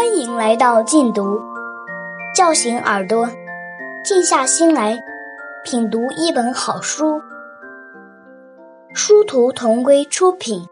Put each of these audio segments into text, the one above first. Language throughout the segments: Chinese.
欢迎来到静读，叫醒耳朵，静下心来品读一本好书。殊途同归出品。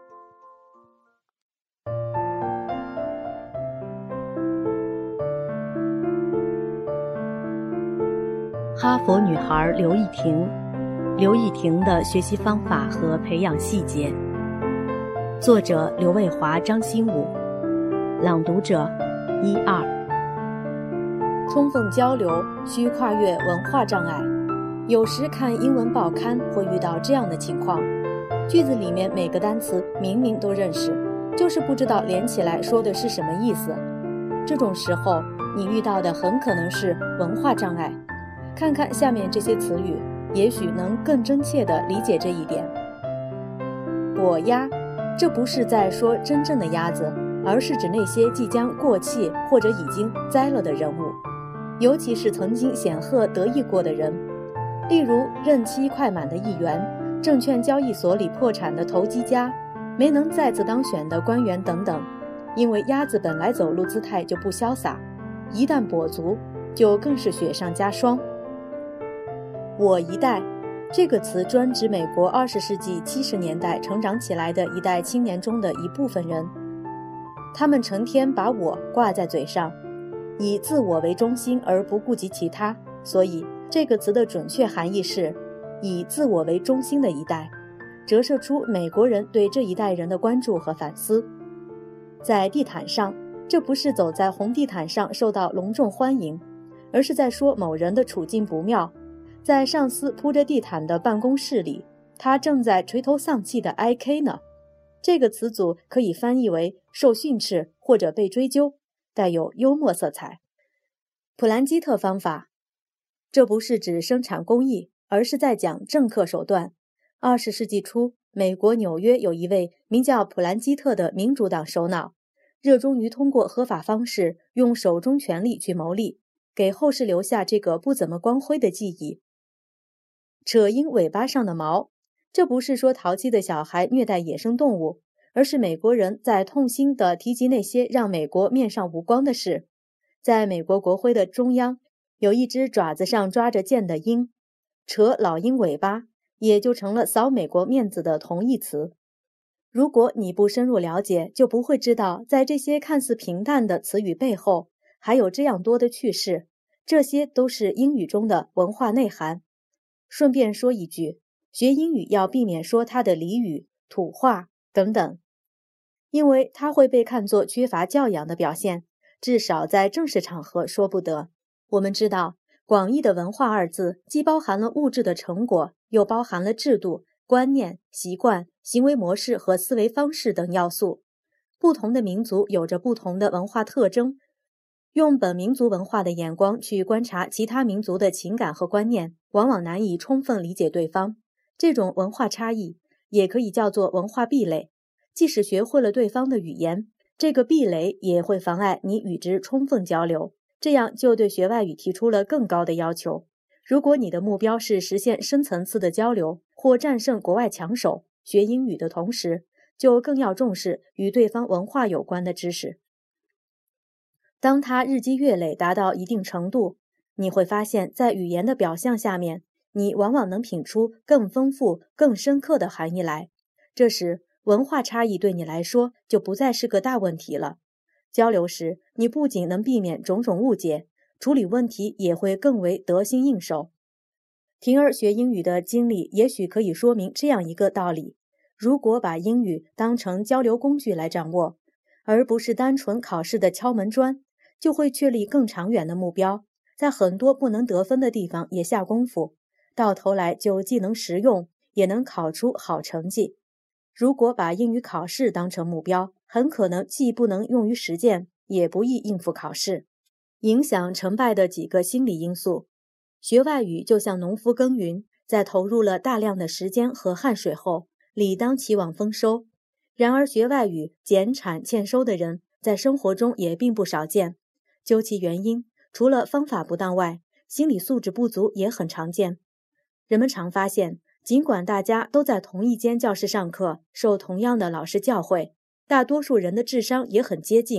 哈佛女孩刘亦婷的学习方法和培养细节。作者刘卫华、张新武，朗读者1-2。充分交流需跨越文化障碍。有时看英文报刊会遇到这样的情况，句子里面每个单词明明都认识，就是不知道连起来说的是什么意思。这种时候你遇到的很可能是文化障碍。看看下面这些词语，也许能更真切地理解这一点。跛鸭，这不是在说真正的鸭子，而是指那些即将过气或者已经栽了的人物，尤其是曾经显赫得意过的人，例如任期快满的议员、证券交易所里破产的投机家、没能再次当选的官员等等。因为鸭子本来走路姿态就不潇洒，一旦跛足就更是雪上加霜。我一代这个词专指美国20世纪70年代成长起来的一代青年中的一部分人，他们成天把我挂在嘴上，以自我为中心而不顾及其他，所以这个词的准确含义是以自我为中心的一代，折射出美国人对这一代人的关注和反思。在地毯上，这不是走在红地毯上受到隆重欢迎，而是在说某人的处境不妙。在上司铺着地毯的办公室里，他正在垂头丧气的哀 K 呢。这个词组可以翻译为受训斥或者被追究，带有幽默色彩。普兰基特方法，这不是指生产工艺，而是在讲政客手段。20世纪初，美国纽约有一位名叫普兰基特的民主党首脑，热衷于通过合法方式用手中权力去谋利，给后世留下这个不怎么光辉的记忆。扯鹰尾巴上的毛，这不是说淘气的小孩虐待野生动物，而是美国人在痛心地提及那些让美国面上无光的事。在美国国徽的中央有一只爪子上抓着剑的鹰，扯老鹰尾巴也就成了扫美国面子的同义词。如果你不深入了解，就不会知道在这些看似平淡的词语背后还有这样多的趣事，这些都是英语中的文化内涵。顺便说一句，学英语要避免说它的俚语、土话等等，因为它会被看作缺乏教养的表现，至少在正式场合说不得。我们知道，广义的文化二字既包含了物质的成果，又包含了制度、观念、习惯、行为模式和思维方式等要素。不同的民族有着不同的文化特征，用本民族文化的眼光去观察其他民族的情感和观念，往往难以充分理解对方。这种文化差异也可以叫做文化壁垒。即使学会了对方的语言，这个壁垒也会妨碍你与之充分交流，这样就对学外语提出了更高的要求。如果你的目标是实现深层次的交流，或战胜国外强手，学英语的同时，就更要重视与对方文化有关的知识。当它日积月累达到一定程度，你会发现在语言的表象下面，你往往能品出更丰富、更深刻的含义来。这时，文化差异对你来说就不再是个大问题了。交流时，你不仅能避免种种误解，处理问题也会更为得心应手。婷儿学英语的经历也许可以说明这样一个道理：如果把英语当成交流工具来掌握，而不是单纯考试的敲门砖，就会确立更长远的目标，在很多不能得分的地方也下功夫，到头来就既能实用，也能考出好成绩。如果把英语考试当成目标，很可能既不能用于实践，也不易应付考试。影响成败的几个心理因素。学外语就像农夫耕耘，在投入了大量的时间和汗水后，理当期望丰收。然而学外语减产欠收的人，在生活中也并不少见。究其原因，除了方法不当外，心理素质不足也很常见。人们常发现，尽管大家都在同一间教室上课，受同样的老师教诲，大多数人的智商也很接近，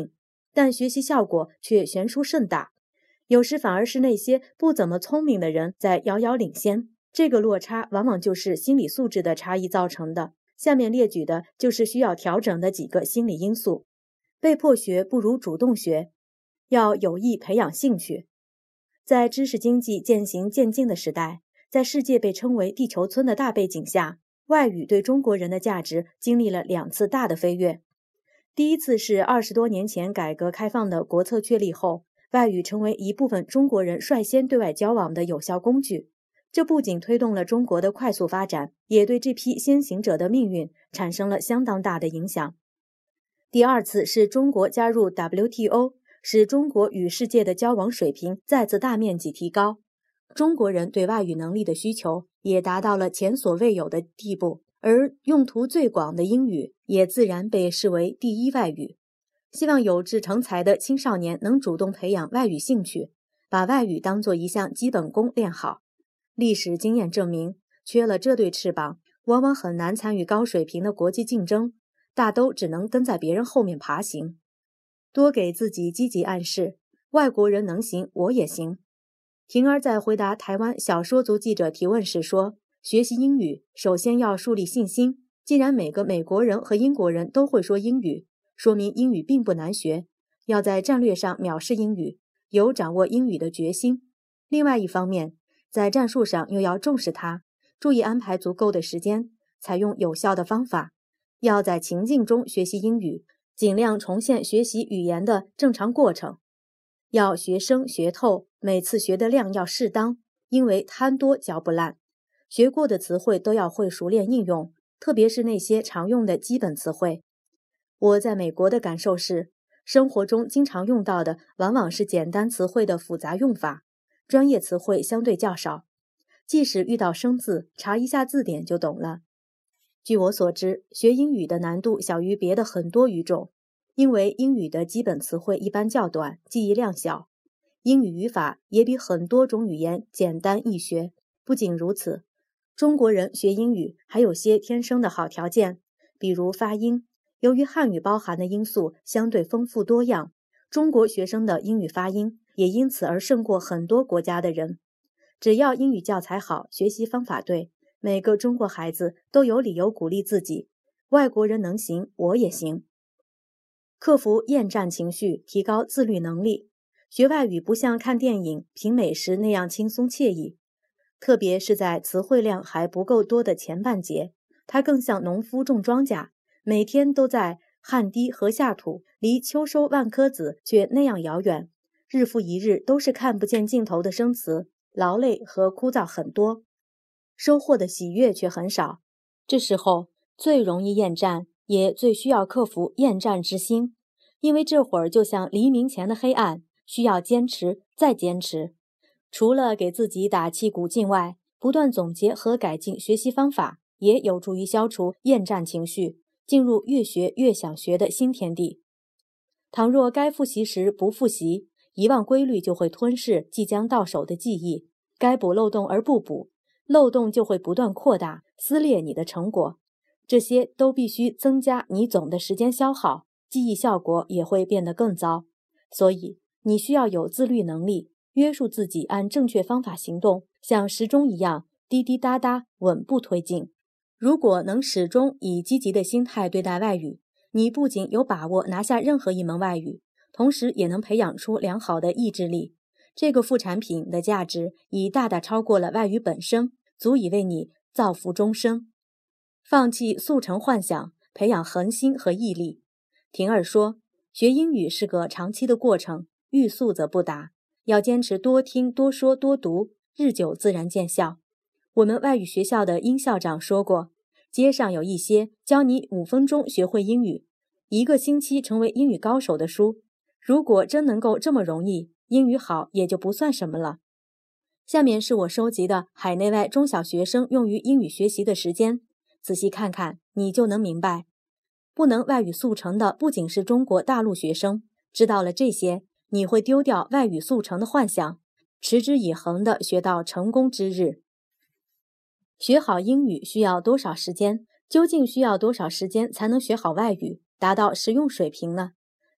但学习效果却悬殊甚大。有时反而是那些不怎么聪明的人在遥遥领先，这个落差往往就是心理素质的差异造成的。下面列举的就是需要调整的几个心理因素。被迫学不如主动学，要有意培养兴趣。在知识经济渐行渐近的时代，在世界被称为地球村的大背景下，外语对中国人的价值经历了2次大的飞跃。第一次是20多年前改革开放的国策确立后，外语成为一部分中国人率先对外交往的有效工具。这不仅推动了中国的快速发展，也对这批先行者的命运产生了相当大的影响。第二次是中国加入 WTO， 使中国与世界的交往水平再次大面积提高。中国人对外语能力的需求也达到了前所未有的地步，而用途最广的英语也自然被视为第一外语。希望有志成才的青少年能主动培养外语兴趣，把外语当作一项基本功练好。历史经验证明，缺了这对翅膀，往往很难参与高水平的国际竞争，大都只能跟在别人后面爬行。多给自己积极暗示，外国人能行，我也行。婷儿在回答台湾小说族记者提问时说，学习英语首先要树立信心，既然每个美国人和英国人都会说英语，说明英语并不难学，要在战略上藐视英语，有掌握英语的决心。另外一方面，在战术上又要重视它，注意安排足够的时间，采用有效的方法，要在情境中学习英语，尽量重现学习语言的正常过程。要学深学透，每次学的量要适当，因为贪多嚼不烂。学过的词汇都要会熟练应用，特别是那些常用的基本词汇。我在美国的感受是，生活中经常用到的往往是简单词汇的复杂用法，专业词汇相对较少，即使遇到生字，查一下字典就懂了。据我所知，学英语的难度小于别的很多语种，因为英语的基本词汇一般较短，记忆量小，英语语法也比很多种语言简单易学。不仅如此，中国人学英语还有些天生的好条件，比如发音。由于汉语包含的因素相对丰富多样，中国学生的英语发音也因此而胜过很多国家的人。只要英语教材好，学习方法对，每个中国孩子都有理由鼓励自己，外国人能行，我也行。克服厌战情绪，提高自律能力。学外语不像看电影、品美食那样轻松惬意，特别是在词汇量还不够多的前半节，它更像农夫种庄稼，每天都在汗滴禾下土，离秋收万颗子却那样遥远，日复一日都是看不见尽头的生词，劳累和枯燥很多，收获的喜悦却很少。这时候最容易厌战，也最需要克服厌战之心，因为这会儿就像黎明前的黑暗，需要坚持再坚持。除了给自己打气鼓劲外，不断总结和改进学习方法，也有助于消除厌战情绪，进入越学越想学的新天地。倘若该复习时不复习，遗忘规律就会吞噬即将到手的记忆，该补漏洞而不补，漏洞就会不断扩大，撕裂你的成果。这些都必须增加你总的时间消耗，记忆效果也会变得更糟。所以你需要有自律能力，约束自己按正确方法行动，像时钟一样滴滴答答稳步推进。如果能始终以积极的心态对待外语，你不仅有把握拿下任何一门外语，同时也能培养出良好的意志力。这个副产品的价值已大大超过了外语本身，足以为你造福终生。放弃速成幻想，培养恒心和毅力。婷儿说，学英语是个长期的过程，欲速则不达，要坚持多听多说多读，日久自然见效。我们外语学校的殷校长说过，街上有一些教你5分钟学会英语，1个星期成为英语高手的书，如果真能够这么容易，英语好也就不算什么了。下面是我收集的海内外中小学生用于英语学习的时间，仔细看看你就能明白，不能外语速成的不仅是中国大陆学生，知道了这些，你会丢掉外语速成的幻想，持之以恒地学到成功之日。学好英语需要多少时间？究竟需要多少时间才能学好外语，达到实用水平呢？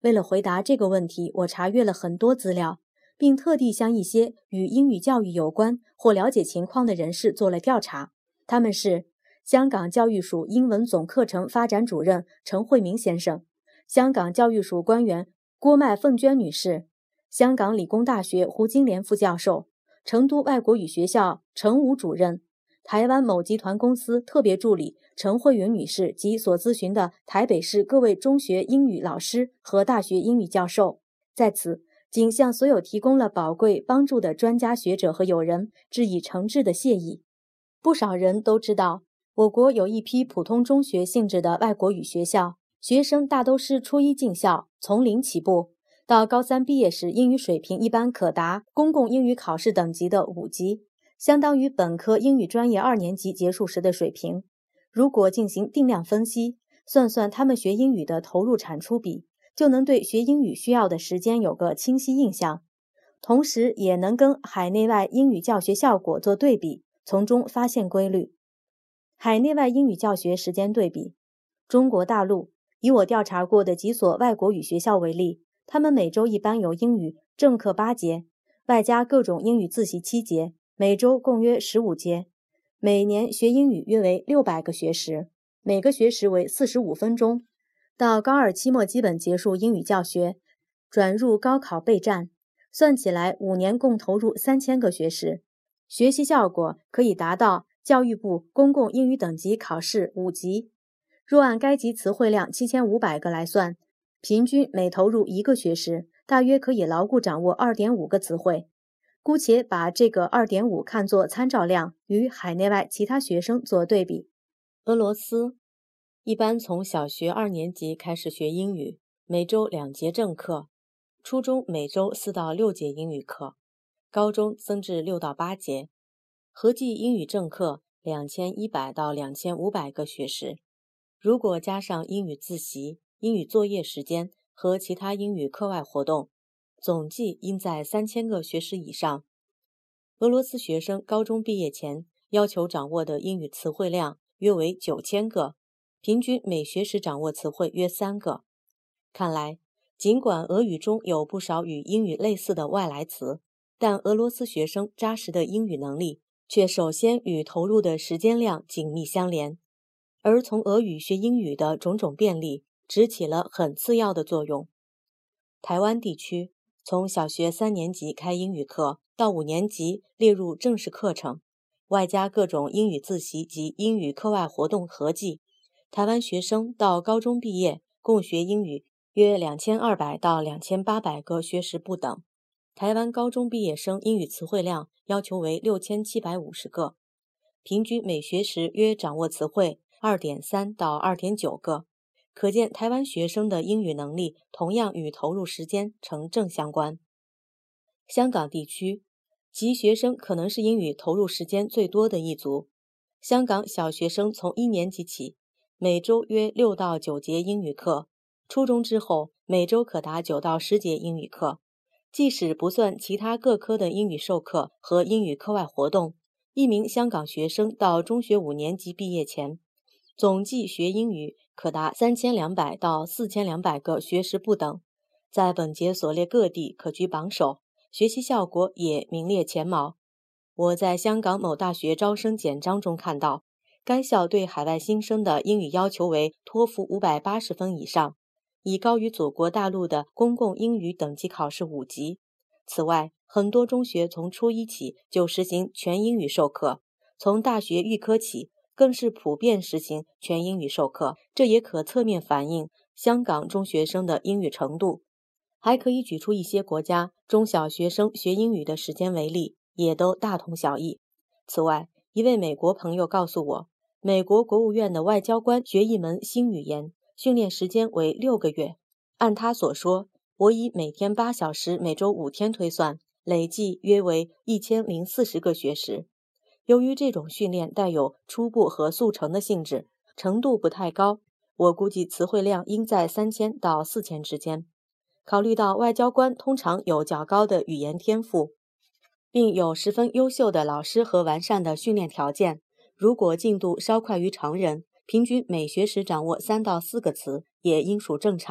为了回答这个问题，我查阅了很多资料，并特地向一些与英语教育有关或了解情况的人士做了调查。他们是香港教育署英文总课程发展主任陈慧明先生，香港教育署官员郭麦凤娟女士，香港理工大学胡金莲副教授，成都外国语学校陈武主任，台湾某集团公司特别助理陈慧云女士及所咨询的台北市各位中学英语老师和大学英语教授。在此，仅向所有提供了宝贵帮助的专家学者和友人致以诚挚的谢意。不少人都知道，我国有一批普通中学性质的外国语学校，学生大都是初一进校，从零起步，到高三毕业时英语水平一般可达公共英语考试等级的5级，相当于本科英语专业2年级结束时的水平。如果进行定量分析，算算他们学英语的投入产出比，就能对学英语需要的时间有个清晰印象，同时也能跟海内外英语教学效果做对比，从中发现规律。海内外英语教学时间对比，中国大陆以我调查过的几所外国语学校为例，他们每周一般有英语正课8节，外加各种英语自习7节，每周共约15节，每年学英语约为600个学时，每个学时为45分钟。到高2期末基本结束英语教学，转入高考备战，算起来5年共投入3000个学时，学习效果可以达到教育部公共英语等级考试5级。若按该级词汇量7500个来算，平均每投入1个学时，大约可以牢固掌握 2.5 个词汇。姑且把这个 2.5 看作参照量，与海内外其他学生做对比。俄罗斯一般从小学2年级开始学英语，每周2节正课，初中每周4到6节英语课，高中增至6到8节，合计英语正课2100到2500个学时。如果加上英语自习、英语作业时间和其他英语课外活动，总计应在3000个学时以上。俄罗斯学生高中毕业前要求掌握的英语词汇量约为9000个，平均每学时掌握词汇约3个。看来，尽管俄语中有不少与英语类似的外来词，但俄罗斯学生扎实的英语能力却首先与投入的时间量紧密相连，而从俄语学英语的种种便利只起了很次要的作用。台湾地区从小学3年级开英语课到5年级列入正式课程，外加各种英语自习及英语课外活动合计，台湾学生到高中毕业共学英语约2200到2800个学时不等。台湾高中毕业生英语词汇量要求为6750个，平均每学时约掌握词汇2.3到2.9个。可见台湾学生的英语能力同样与投入时间成正相关。香港地区其学生可能是英语投入时间最多的一族。香港小学生从1年级起，每周约6到9节英语课，初中之后每周可达9到10节英语课。即使不算其他各科的英语授课和英语课外活动，一名香港学生到中学5年级毕业前，总计学英语可达3200到4200个学时不等，在本节所列各地可居榜首，学习效果也名列前茅。我在香港某大学招生简章中看到，该校对海外新生的英语要求为托福580分以上，已高于祖国大陆的公共英语等级考试5级。此外，很多中学从初一起就实行全英语授课，从大学预科起更是普遍实行全英语授课，这也可侧面反映香港中学生的英语程度。还可以举出一些国家中小学生学英语的时间为例，也都大同小异。此外，一位美国朋友告诉我，美国国务院的外交官学一门新语言，训练时间为6个月。按他所说，我以每天8小时，每周5天推算，累计约为1040个学时。由于这种训练带有初步和速成的性质，程度不太高，我估计词汇量应在3000到4000之间。考虑到外交官通常有较高的语言天赋，并有十分优秀的老师和完善的训练条件，如果进度稍快于常人，平均每学时掌握3到4个词，也应属正常，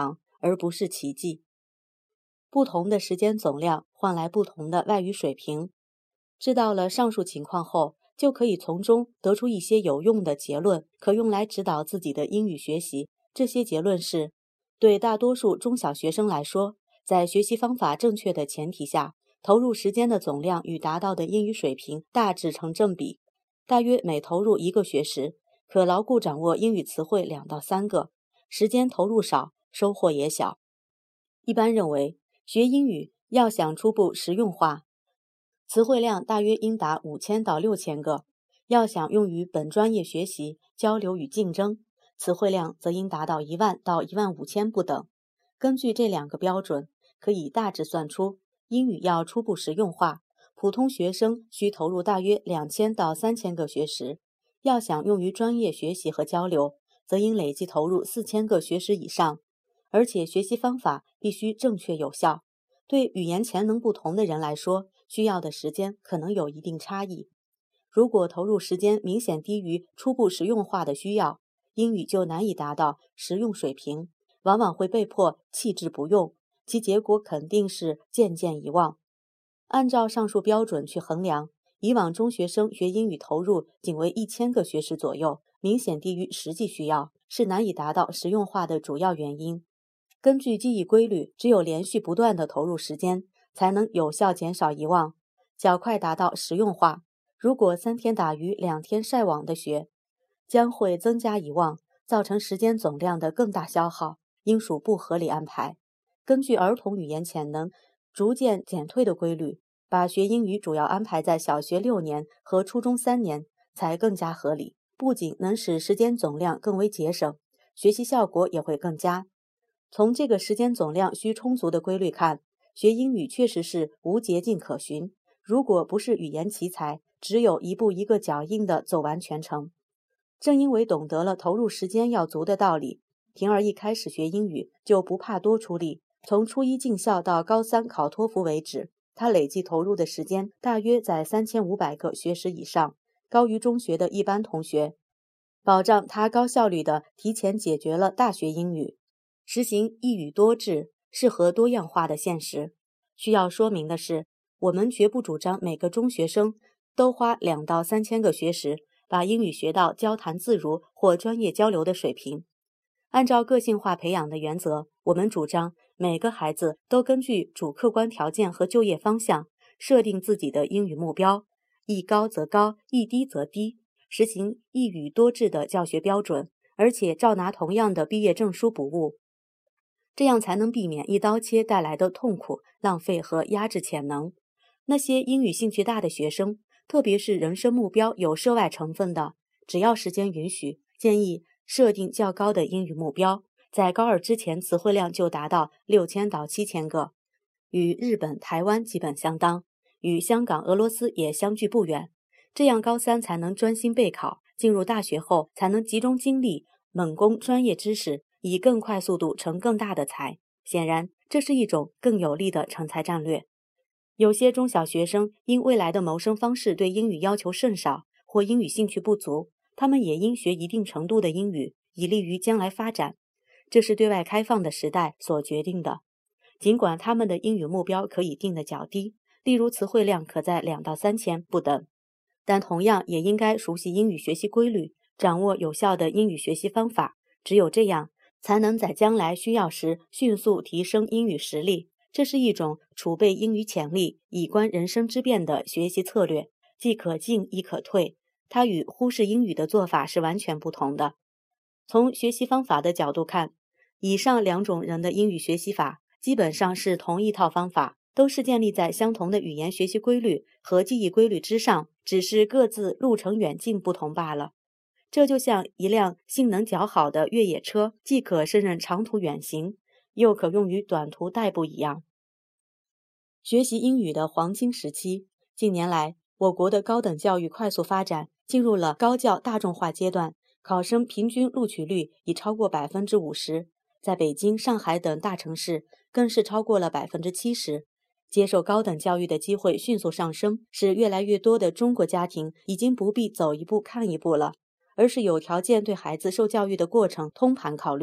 而不是奇迹。不同的时间总量换来不同的外语水平。知道了上述情况后，就可以从中得出一些有用的结论，可用来指导自己的英语学习。这些结论是：对大多数中小学生来说，在学习方法正确的前提下，投入时间的总量与达到的英语水平大致成正比。大约每投入1个学时，可牢固掌握英语词汇2到3个，时间投入少，收获也小。一般认为，学英语要想初步实用化，词汇量大约应达5000到6000个；要想用于本专业学习、交流与竞争，词汇量则应达到10000到15000不等。根据这2个标准，可以大致算出，英语要初步实用化，普通学生需投入大约2000到3000个学时；要想用于专业学习和交流，则应累计投入4000个学时以上。而且学习方法必须正确有效。对语言潜能不同的人来说，需要的时间可能有一定差异。如果投入时间明显低于初步实用化的需要，英语就难以达到实用水平，往往会被迫弃之不用，其结果肯定是渐渐遗忘。按照上述标准去衡量，以往中学生学英语投入仅为1000个学时左右，明显低于实际需要，是难以达到实用化的主要原因。根据记忆规律，只有连续不断的投入时间，才能有效减少遗忘，较快达到实用化。如果3天打鱼2天晒网的学，将会增加遗忘，造成时间总量的更大消耗，应属不合理安排。根据儿童语言潜能逐渐减退的规律，把学英语主要安排在小学6年和初中3年才更加合理，不仅能使时间总量更为节省，学习效果也会更佳。从这个时间总量需充足的规律看，学英语确实是无捷径可循，如果不是语言奇才，只有一步一个脚印地走完全程。正因为懂得了投入时间要足的道理，婷儿一开始学英语就不怕多出力，从初一进校到高3考托福为止，她累计投入的时间大约在3500个学时以上，高于中学的一般同学，保障她高效率地提前解决了大学英语。实行一语多制，适合多样化的现实。需要说明的是，我们绝不主张每个中学生都花2到3000个学时，把英语学到交谈自如或专业交流的水平。按照个性化培养的原则，我们主张每个孩子都根据主客观条件和就业方向，设定自己的英语目标，一高则高，一低则低，实行一语多制的教学标准，而且照拿同样的毕业证书补物。这样才能避免一刀切带来的痛苦、浪费和压制潜能。那些英语兴趣大的学生，特别是人生目标有涉外成分的，只要时间允许，建议设定较高的英语目标，在高2之前词汇量就达到6000到7000个，与日本、台湾基本相当，与香港、俄罗斯也相距不远。这样高3才能专心备考，进入大学后才能集中精力猛攻专业知识，以更快速度成更大的才。显然，这是一种更有利的成才战略。有些中小学生因未来的谋生方式对英语要求甚少，或英语兴趣不足，他们也应学一定程度的英语，以利于将来发展。这是对外开放的时代所决定的。尽管他们的英语目标可以定得较低，例如词汇量可在2到3000不等，但同样也应该熟悉英语学习规律，掌握有效的英语学习方法。只有这样，才能在将来需要时迅速提升英语实力。这是一种储备英语潜力，以观人生之变的学习策略，既可进亦可退。它与忽视英语的做法是完全不同的。从学习方法的角度看，以上2种人的英语学习法基本上是同一套方法，都是建立在相同的语言学习规律和记忆规律之上，只是各自路程远近不同罢了。这就像一辆性能较好的越野车，既可胜任长途远行，又可用于短途代步一样。学习英语的黄金时期，近年来我国的高等教育快速发展，进入了高教大众化阶段，考生平均录取率已超过 50%， 在北京、上海等大城市更是超过了 70%。接受高等教育的机会迅速上升，使越来越多的中国家庭已经不必走一步看一步了，而是有条件对孩子受教育的过程通盘考虑。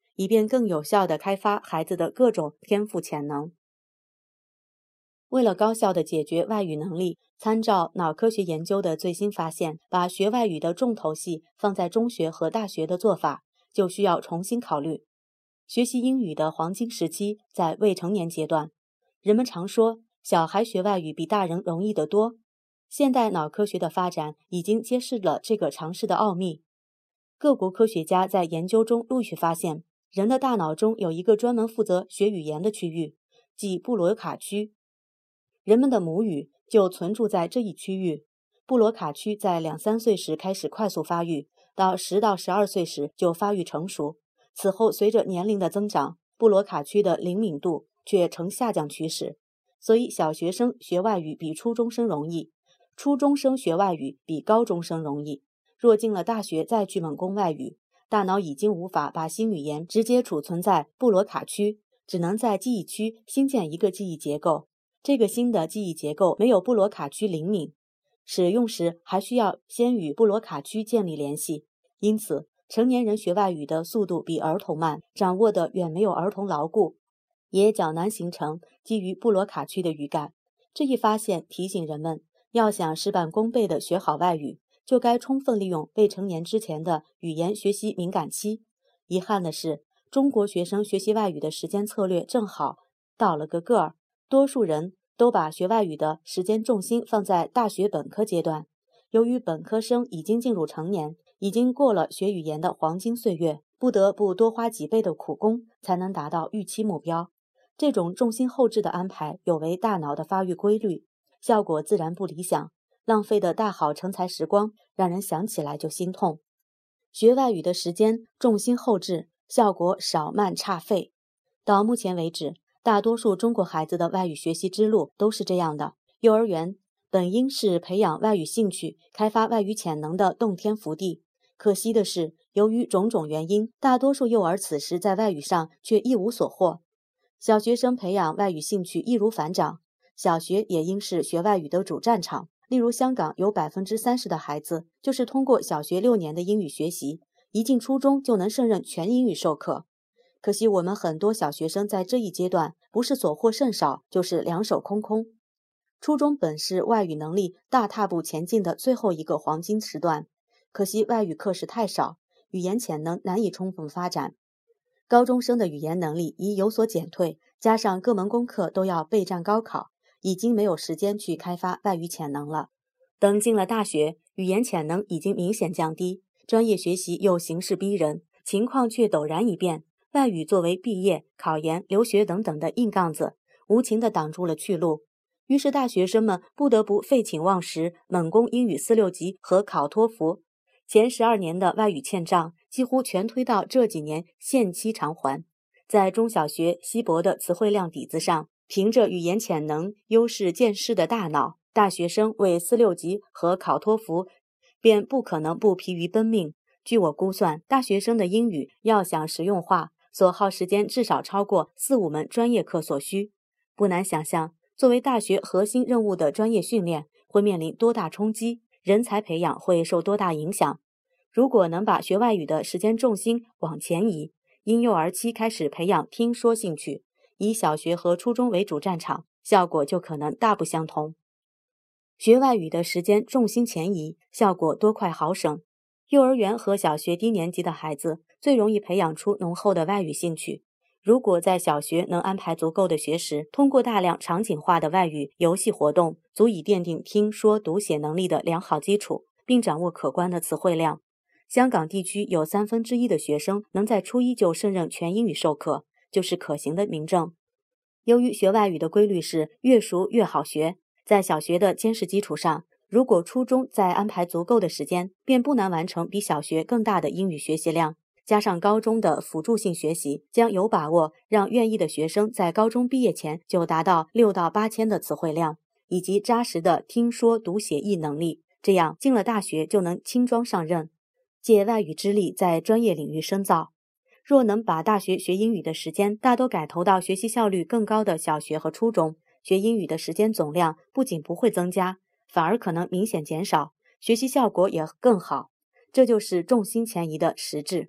以便更有效地开发孩子的各种天赋潜能。为了高效地解决外语能力，参照脑科学研究的最新发现，把学外语的重头戏放在中学和大学的做法，就需要重新考虑。学习英语的黄金时期在未成年阶段。人们常说，小孩学外语比大人容易得多。现代脑科学的发展已经揭示了这个常识的奥秘。各国科学家在研究中陆续发现，人的大脑中有一个专门负责学语言的区域，即布罗卡区。人们的母语就存驻在这一区域。布罗卡区在2-3岁时开始快速发育，到10到12岁时就发育成熟。此后随着年龄的增长，布罗卡区的灵敏度却呈下降趋势。所以小学生学外语比初中生容易，初中生学外语比高中生容易。若进了大学再去猛攻外语，大脑已经无法把新语言直接储存在布罗卡区，只能在记忆区新建一个记忆结构。这个新的记忆结构没有布罗卡区灵敏，使用时还需要先与布罗卡区建立联系。因此，成年人学外语的速度比儿童慢，掌握的远没有儿童牢固，也较难形成基于布罗卡区的语感。这一发现提醒人们，要想事半功倍地学好外语，就该充分利用未成年之前的语言学习敏感期。遗憾的是，中国学生学习外语的时间策略正好倒了个个儿，多数人都把学外语的时间重心放在大学本科阶段。由于本科生已经进入成年，已经过了学语言的黄金岁月，不得不多花几倍的苦功才能达到预期目标。这种重心后置的安排有违大脑的发育规律，效果自然不理想，浪费的大好成才时光让人想起来就心痛。学外语的时间重心后置，效果少慢差废。到目前为止，大多数中国孩子的外语学习之路都是这样的。幼儿园本应是培养外语兴趣、开发外语潜能的洞天福地，可惜的是，由于种种原因，大多数幼儿此时在外语上却一无所获。小学生培养外语兴趣易如反掌，小学也应是学外语的主战场。例如，香港有30%的孩子就是通过小学6年的英语学习，一进初中就能胜任全英语授课。可惜我们很多小学生在这一阶段不是所获甚少，就是两手空空。初中本是外语能力大踏步前进的最后一个黄金时段，可惜外语课时太少，语言潜能难以充分发展。高中生的语言能力已有所减退，加上各门功课都要备战高考，已经没有时间去开发外语潜能了。等进了大学，语言潜能已经明显降低，专业学习又形势逼人，情况却陡然一变。外语作为毕业、考研、留学等等的硬杠子，无情地挡住了去路。于是大学生们不得不废寝忘食，猛攻英语4、6级和考托福。前12年的外语欠账几乎全推到这几年限期偿还。在中小学稀薄的词汇量底子上，凭着语言潜能优势渐失的大脑，大学生为4、6级和考托福便不可能不疲于奔命。据我估算，大学生的英语要想实用化，所耗时间至少超过4、5门专业课所需。不难想象，作为大学核心任务的专业训练会面临多大冲击，人才培养会受多大影响。如果能把学外语的时间重心往前移，婴幼儿期开始培养听说兴趣，以小学和初中为主战场，效果就可能大不相同。学外语的时间重心前移，效果多快好省。幼儿园和小学低年级的孩子最容易培养出浓厚的外语兴趣。如果在小学能安排足够的学时，通过大量场景化的外语游戏活动，足以奠定听说读写能力的良好基础，并掌握可观的词汇量。香港地区有1/3的学生能在初一就胜任全英语授课，就是可行的明证。由于学外语的规律是越熟越好学，在小学的坚实基础上，如果初中再安排足够的时间，便不难完成比小学更大的英语学习量。加上高中的辅助性学习，将有把握让愿意的学生在高中毕业前就达到6到8千的词汇量，以及扎实的听说读写译能力。这样进了大学就能轻装上阵，借外语之力在专业领域深造。若能把大学学英语的时间大都改投到学习效率更高的小学和初中，学英语的时间总量不仅不会增加，反而可能明显减少，学习效果也更好。这就是重心前移的实质。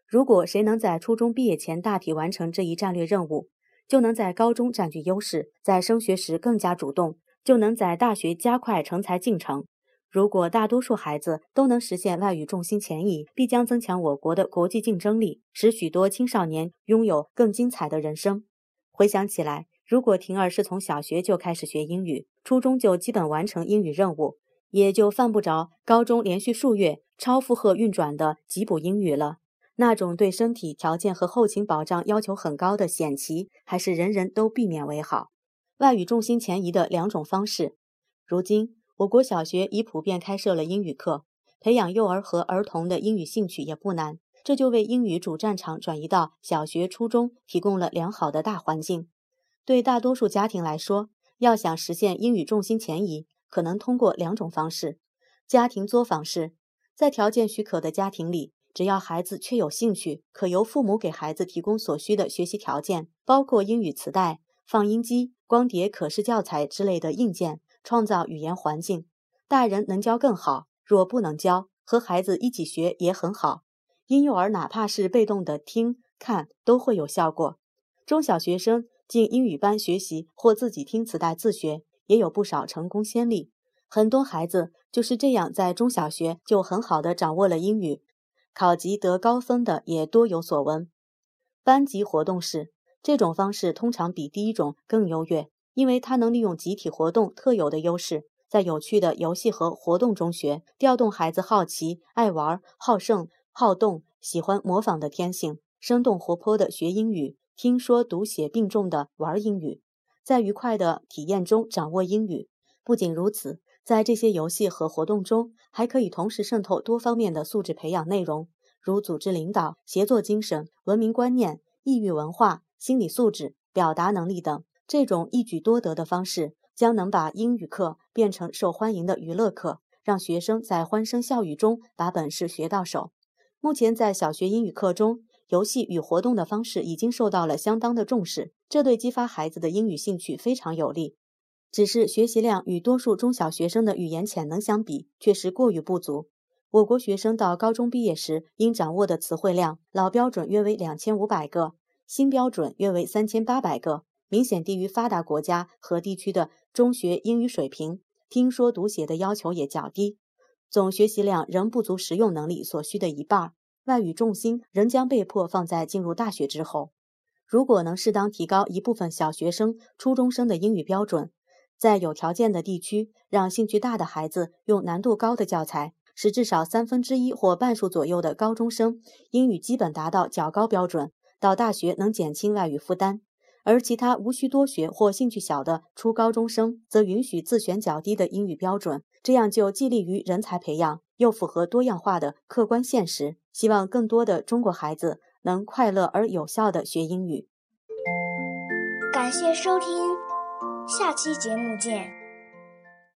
如果谁能在初中毕业前大体完成这一战略任务，就能在高中占据优势，在升学时更加主动，就能在大学加快成才进程。如果大多数孩子都能实现外语重心前移，必将增强我国的国际竞争力，使许多青少年拥有更精彩的人生。回想起来，如果婷儿是从小学就开始学英语，初中就基本完成英语任务，也就犯不着高中连续数月超负荷运转的急补英语了。那种对身体条件和后勤保障要求很高的险棋，还是人人都避免为好。外语重心前移的2种方式，如今我国小学已普遍开设了英语课，培养幼儿和儿童的英语兴趣也不难，这就为英语主战场转移到小学、初中提供了良好的大环境。对大多数家庭来说，要想实现英语重心前移，可能通过2种方式。家庭作坊式，在条件许可的家庭里，只要孩子确有兴趣，可由父母给孩子提供所需的学习条件，包括英语磁带、放音机、光碟、可视教材之类的硬件，创造语言环境。大人能教更好，若不能教，和孩子一起学也很好。婴幼儿哪怕是被动的听、看，都会有效果。中小学生进英语班学习或自己听磁带自学，也有不少成功先例。很多孩子就是这样在中小学就很好地掌握了英语，考级得高分的也多有所闻。班级活动式，这种方式通常比第一种更优越，因为它能利用集体活动特有的优势，在有趣的游戏和活动中学，调动孩子好奇、爱玩、好胜、好动、喜欢模仿的天性，生动活泼的学英语，听说读写并重的玩英语，在愉快的体验中掌握英语。不仅如此，在这些游戏和活动中，还可以同时渗透多方面的素质培养内容，如组织领导、协作精神、文明观念、异域文化、心理素质、表达能力等。这种一举多得的方式，将能把英语课变成受欢迎的娱乐课，让学生在欢声笑语中把本事学到手。目前在小学英语课中，游戏与活动的方式已经受到了相当的重视，这对激发孩子的英语兴趣非常有利。只是学习量与多数中小学生的语言潜能相比，确实过于不足。我国学生到高中毕业时应掌握的词汇量，老标准约为2500个，新标准约为3800个，明显低于发达国家和地区的中学英语水平，听说读写的要求也较低，总学习量仍不足实用能力所需的一半，外语重心仍将被迫放在进入大学之后。如果能适当提高一部分小学生、初中生的英语标准，在有条件的地区，让兴趣大的孩子用难度高的教材，使至少1/3或半数左右的高中生英语基本达到较高标准，到大学能减轻外语负担，而其他无需多学或兴趣小的初高中生则允许自选较低的英语标准，这样就既利于人才培养，又符合多样化的客观现实。希望更多的中国孩子能快乐而有效地学英语。 感谢收听，下期节目见。